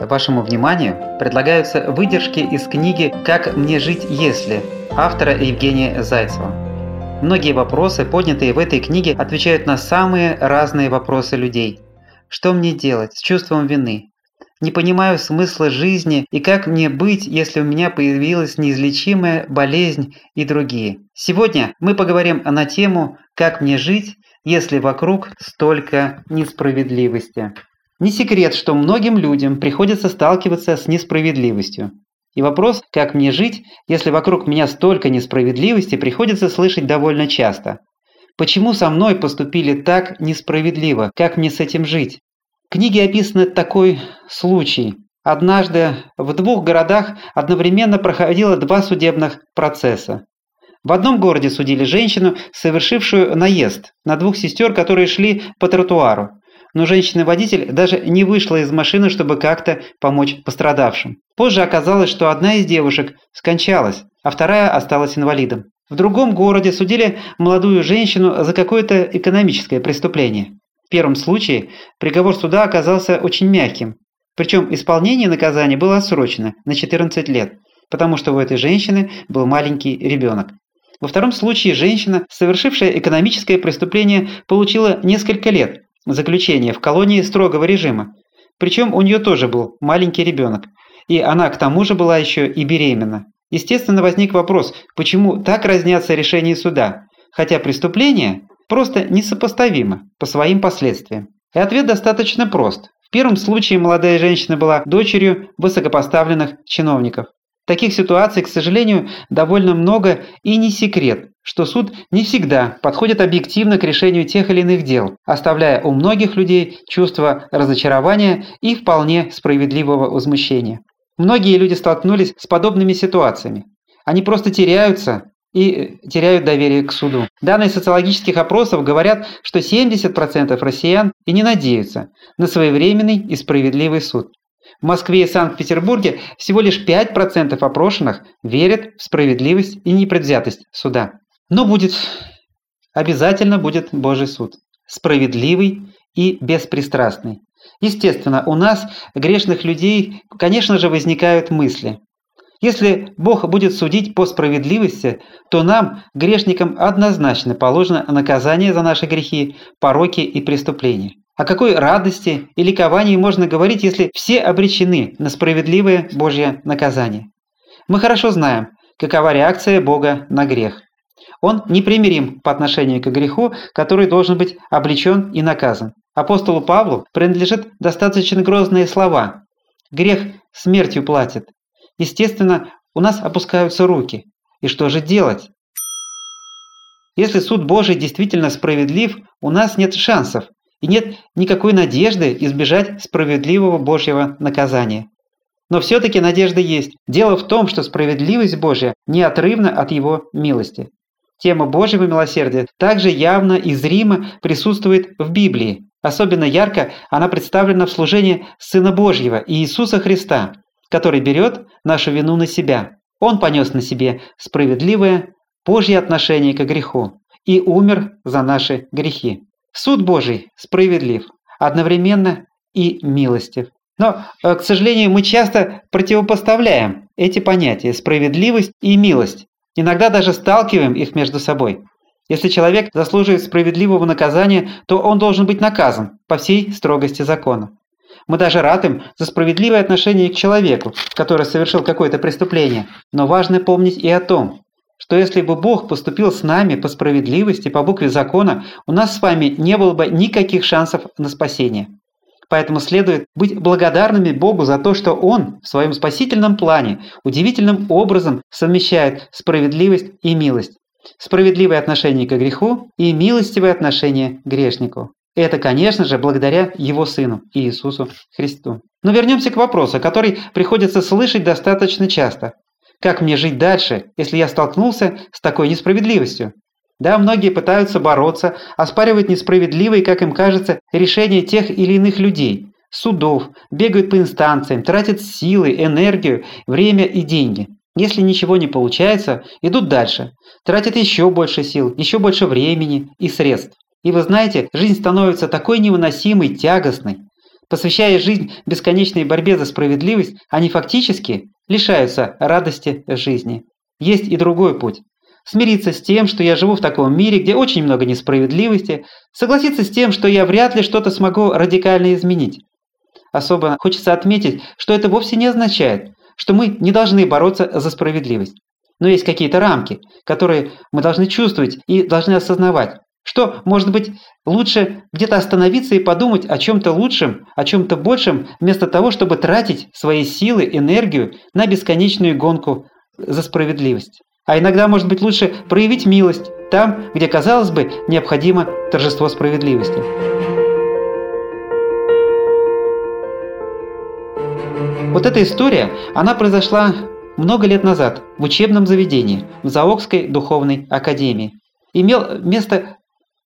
Вашему вниманию предлагаются выдержки из книги «Как мне жить, если» автора Евгения Зайцева. Многие вопросы, поднятые в этой книге, отвечают на самые разные вопросы людей. Что мне делать с чувством вины? Не понимаю смысла жизни и как мне быть, если у меня появилась неизлечимая болезнь и другие. Сегодня мы поговорим на тему «Как мне жить, если вокруг столько несправедливости». Не секрет, что многим людям приходится сталкиваться с несправедливостью. И вопрос «как мне жить, если вокруг меня столько несправедливости» приходится слышать довольно часто. Почему со мной поступили так несправедливо? Как мне с этим жить? В книге описан такой случай. Однажды в 2 городах одновременно проходило 2 судебных процесса. В одном городе судили женщину, совершившую наезд на 2 сестер, которые шли по тротуару. Но женщина-водитель даже не вышла из машины, чтобы как-то помочь пострадавшим. Позже оказалось, что одна из девушек скончалась, а вторая осталась инвалидом. В другом городе судили молодую женщину за какое-то экономическое преступление. В первом случае приговор суда оказался очень мягким, причем исполнение наказания было отсрочено на 14 лет, потому что у этой женщины был маленький ребенок. Во втором случае женщина, совершившая экономическое преступление, получила несколько лет заключения в колонии строгого режима, причем у нее тоже был маленький ребенок, и она к тому же была еще и беременна. Естественно, возник вопрос, почему так разнятся решения суда, хотя преступление просто несопоставимо по своим последствиям. И ответ достаточно прост. В первом случае молодая женщина была дочерью высокопоставленных чиновников. Таких ситуаций, к сожалению, довольно много, и не секрет, что суд не всегда подходит объективно к решению тех или иных дел, оставляя у многих людей чувство разочарования и вполне справедливого возмущения. Многие люди столкнулись с подобными ситуациями. Они просто теряют доверие к суду. Данные социологических опросов говорят, что 70% россиян и не надеются на своевременный и справедливый суд. В Москве и Санкт-Петербурге всего лишь 5% опрошенных верят в справедливость и непредвзятость суда. Но обязательно будет Божий суд. Справедливый и беспристрастный. Естественно, у нас, грешных людей, конечно же, возникают мысли. Если Бог будет судить по справедливости, то нам, грешникам, однозначно положено наказание за наши грехи, пороки и преступления. О какой радости и ликовании можно говорить, если все обречены на справедливое Божье наказание? Мы хорошо знаем, какова реакция Бога на грех. Он непримирим по отношению к греху, который должен быть облечен и наказан. Апостолу Павлу принадлежат достаточно грозные слова: «Грех смертью платит». Естественно, у нас опускаются руки. И что же делать? Если суд Божий действительно справедлив, у нас нет шансов и нет никакой надежды избежать справедливого Божьего наказания. Но все-таки надежда есть. Дело в том, что справедливость Божья неотрывна от Его милости. Тема Божьего милосердия также явно и зримо присутствует в Библии. Особенно ярко она представлена в служении Сына Божьего Иисуса Христа, который берет нашу вину на себя. Он понес на себе справедливое Божье отношение к греху и умер за наши грехи. Суд Божий справедлив, одновременно и милостив. Но, к сожалению, мы часто противопоставляем эти понятия справедливость и милость. Иногда даже сталкиваем их между собой. Если человек заслуживает справедливого наказания, то он должен быть наказан по всей строгости закона. Мы даже ратуем за справедливое отношение к человеку, который совершил какое-то преступление. Но важно помнить и о том, что если бы Бог поступил с нами по справедливости, по букве закона, у нас с вами не было бы никаких шансов на спасение. Поэтому следует быть благодарными Богу за то, что Он в своем спасительном плане удивительным образом совмещает справедливость и милость. Справедливое отношение к греху и милостивое отношение к грешнику. Это, конечно же, благодаря Его Сыну Иисусу Христу. Но вернемся к вопросу, который приходится слышать достаточно часто. Как мне жить дальше, если я столкнулся с такой несправедливостью? Да, многие пытаются бороться, оспаривать несправедливые, как им кажется, решения тех или иных людей, судов, бегают по инстанциям, тратят силы, энергию, время и деньги. Если ничего не получается, идут дальше, тратят еще больше сил, еще больше времени и средств. И вы знаете, жизнь становится такой невыносимой, тягостной, Посвящая жизнь бесконечной борьбе за справедливость, они фактически лишаются радости жизни. Есть и другой путь. Смириться с тем, что я живу в таком мире, где очень много несправедливости, согласиться с тем, что я вряд ли что-то смогу радикально изменить. Особо хочется отметить, что это вовсе не означает, что мы не должны бороться за справедливость. Но есть какие-то рамки, которые мы должны чувствовать и должны осознавать. Что, может быть, лучше где-то остановиться и подумать о чем-то лучшем, о чем-то большем, вместо того, чтобы тратить свои силы, энергию на бесконечную гонку за справедливость. А иногда, может быть, лучше проявить милость там, где, казалось бы, необходимо торжество справедливости. Вот эта история, она произошла много лет назад в учебном заведении, в Заокской духовной академии. Имел место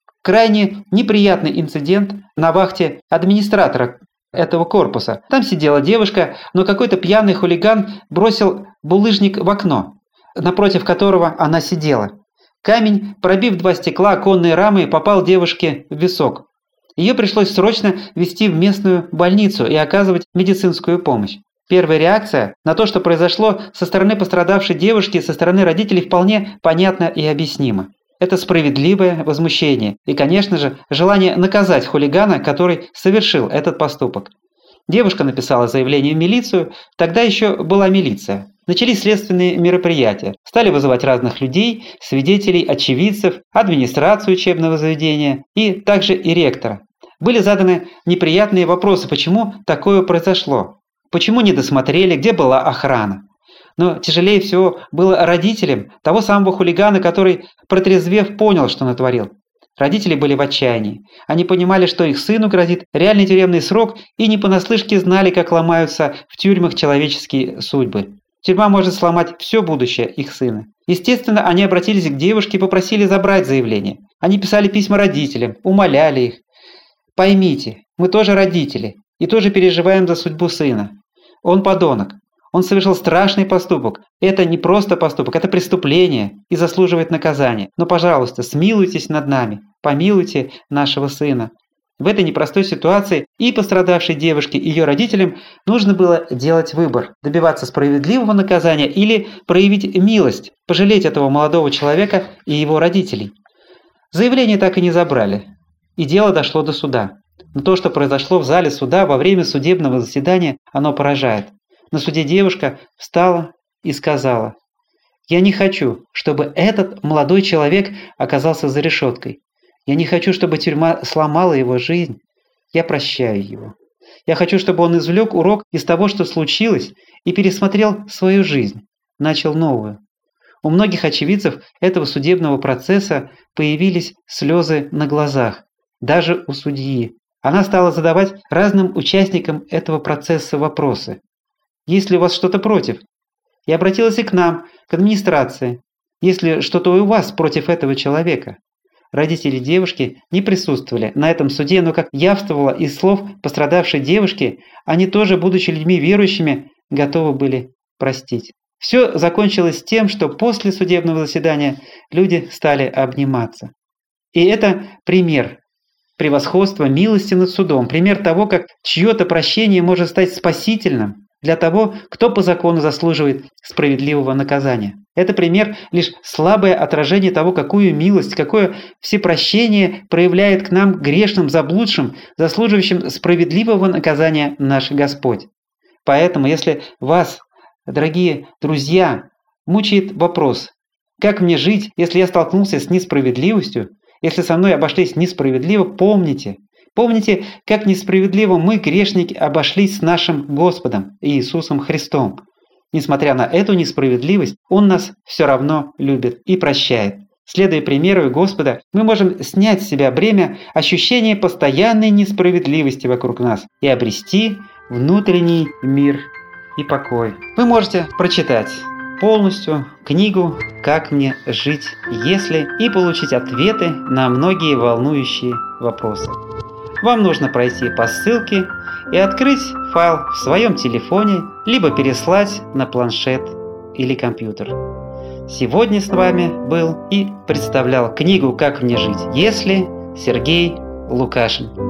крайне неприятный инцидент на вахте администратора этого корпуса. Там сидела девушка, но какой-то пьяный хулиган бросил булыжник в окно, напротив которого она сидела. Камень, пробив 2 стекла оконной рамы, попал девушке в висок. Ее пришлось срочно везти в местную больницу и оказывать медицинскую помощь. Первая реакция на то, что произошло со стороны пострадавшей девушки, со стороны родителей, вполне понятна и объяснима. Это справедливое возмущение и, конечно же, желание наказать хулигана, который совершил этот поступок. Девушка написала заявление в милицию, тогда еще была милиция. Начались следственные мероприятия, стали вызывать разных людей, свидетелей, очевидцев, администрацию учебного заведения и также и ректора. Были заданы неприятные вопросы, почему такое произошло, почему не досмотрели, где была охрана. Но тяжелее всего было родителям того самого хулигана, который, протрезвев, понял, что натворил. Родители были в отчаянии. Они понимали, что их сыну грозит реальный тюремный срок, и не понаслышке знали, как ломаются в тюрьмах человеческие судьбы. Тюрьма может сломать все будущее их сына. Естественно, они обратились к девушке и попросили забрать заявление. Они писали письма родителям, умоляли их. «Поймите, мы тоже родители и тоже переживаем за судьбу сына. Он подонок. Он совершил страшный поступок. Это не просто поступок, это преступление и заслуживает наказания. Но, пожалуйста, смилуйтесь над нами, помилуйте нашего сына». В этой непростой ситуации и пострадавшей девушке, и ее родителям нужно было делать выбор – добиваться справедливого наказания или проявить милость, пожалеть этого молодого человека и его родителей. Заявление так и не забрали, и дело дошло до суда. Но то, что произошло в зале суда во время судебного заседания, оно поражает. На суде девушка встала и сказала: «Я не хочу, чтобы этот молодой человек оказался за решеткой. Я не хочу, чтобы тюрьма сломала его жизнь. Я прощаю его. Я хочу, чтобы он извлек урок из того, что случилось, и пересмотрел свою жизнь, начал новую». У многих очевидцев этого судебного процесса появились слезы на глазах, даже у судьи. Она стала задавать разным участникам этого процесса вопросы. «Есть ли у вас что-то против?» И обратилась и к нам, к администрации. «Есть ли что-то у вас против этого человека?» Родители девушки не присутствовали на этом суде, но, как явствовало из слов пострадавшей девушки, они тоже, будучи людьми верующими, готовы были простить. Все закончилось тем, что после судебного заседания люди стали обниматься. И это пример превосходства милости над судом, пример того, как чье-то прощение может стать спасительным для того, кто по закону заслуживает справедливого наказания. Это пример лишь слабое отражение того, какую милость, какое всепрощение проявляет к нам грешным, заблудшим, заслуживающим справедливого наказания наш Господь. Поэтому, если вас, дорогие друзья, мучает вопрос, как мне жить, если я столкнулся с несправедливостью, если со мной обошлись несправедливо, помните, как несправедливо мы, грешники, обошлись с нашим Господом Иисусом Христом. Несмотря на эту несправедливость, Он нас все равно любит и прощает. Следуя примеру Господа, мы можем снять с себя бремя ощущения постоянной несправедливости вокруг нас и обрести внутренний мир и покой. Вы можете прочитать полностью книгу «Как мне жить, если» и получить ответы на многие волнующие вопросы. Вам нужно пройти по ссылке и открыть файл в своем телефоне, либо переслать на планшет или компьютер. Сегодня с вами был и представлял книгу «Как мне жить, если» Сергей Лукашин.